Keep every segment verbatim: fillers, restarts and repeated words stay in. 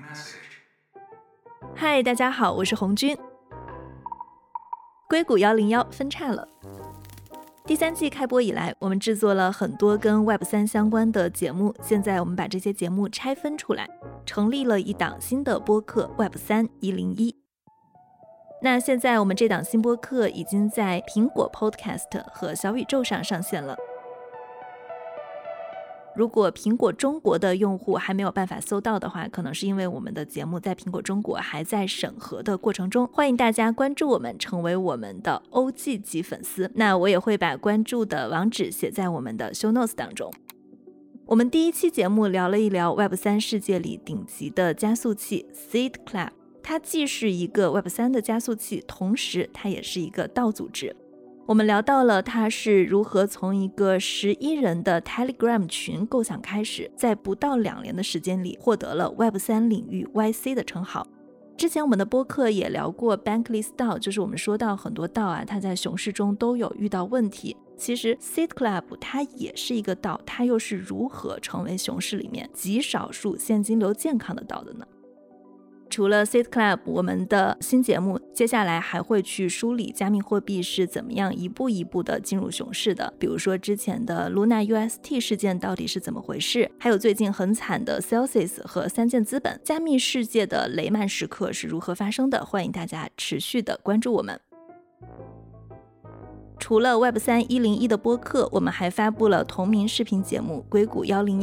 嗨，大家好，我是红军。硅谷一零一分叉了。第三季开播以来，我们制作了很多跟 Web 三 相关的节目，现在我们把这些节目拆分出来，成立了一档新的播客 Web 三 一零一。那现在我们这档新播客已经在苹果 Podcast 和小宇宙上上线了。如果苹果中国的用户还没有办法搜到的话，可能是因为我们的节目在苹果中国还在审核的过程中，欢迎大家关注我们，成为我们的 O G 级粉丝。那我也会把关注的网址写在我们的 show notes 当中。我们第一期节目聊了一聊 Web 三 世界里顶级的加速器 Seed Club， 它既是一个 Web 三 的加速器，同时它也是一个道组织。我们聊到了他是如何从一个十一人的 Telegram 群构想开始，在不到两年的时间里获得了 Web 三 领域 Y C 的称号。之前我们的播客也聊过 Bankless 道，就是我们说到很多道啊，它在熊市中都有遇到问题。其实 Seed Club 它也是一个道，它又是如何成为熊市里面极少数现金流健康的道的呢？除了 Seed Club， 我们的新节目接下来还会去梳理加密货币是怎么样一步一步的进入熊市的，比如说之前的 Luna U S T 事件到底是怎么回事，还有最近很惨的 Celsius 和三箭资本，加密世界的雷曼时刻是如何发生的，欢迎大家持续的关注我们。除了 Web 三 一零一的播客，我们还发布了同名视频节目硅谷一零一。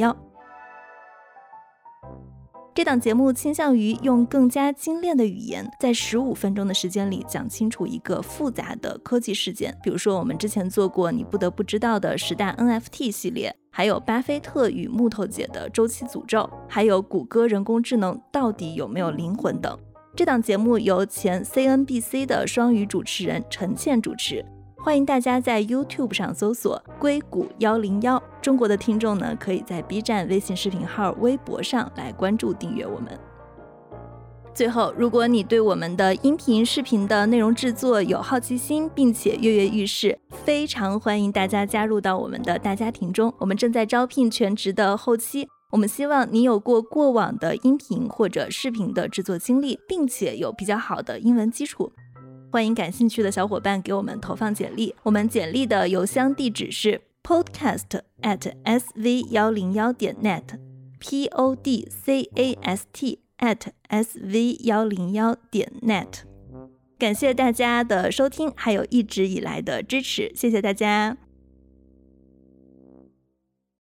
这档节目倾向于用更加精炼的语言，在十五分钟的时间里讲清楚一个复杂的科技事件。比如说我们之前做过你不得不知道的十大 N F T 系列，还有巴菲特与木头姐的周期诅咒，还有谷歌人工智能到底有没有灵魂等。这档节目由前 C N B C 的双语主持人陈倩主持，欢迎大家在 YouTube 上搜索硅谷一零一，中国的听众呢，可以在 B 站、微信视频号、微博上来关注订阅我们。最后，如果你对我们的音频视频的内容制作有好奇心，并且跃跃欲试，非常欢迎大家加入到我们的大家庭中。我们正在招聘全职的后期，我们希望你有过过往的音频或者视频的制作经历，并且有比较好的英文基础。欢迎感兴趣的小伙伴给我们投放简历，我们简历的邮箱地址是 podcast at s v 一零一 点 net p o d c a s t at s v 一零一 点 net。 感谢大家的收听，还有一直以来的支持，谢谢大家。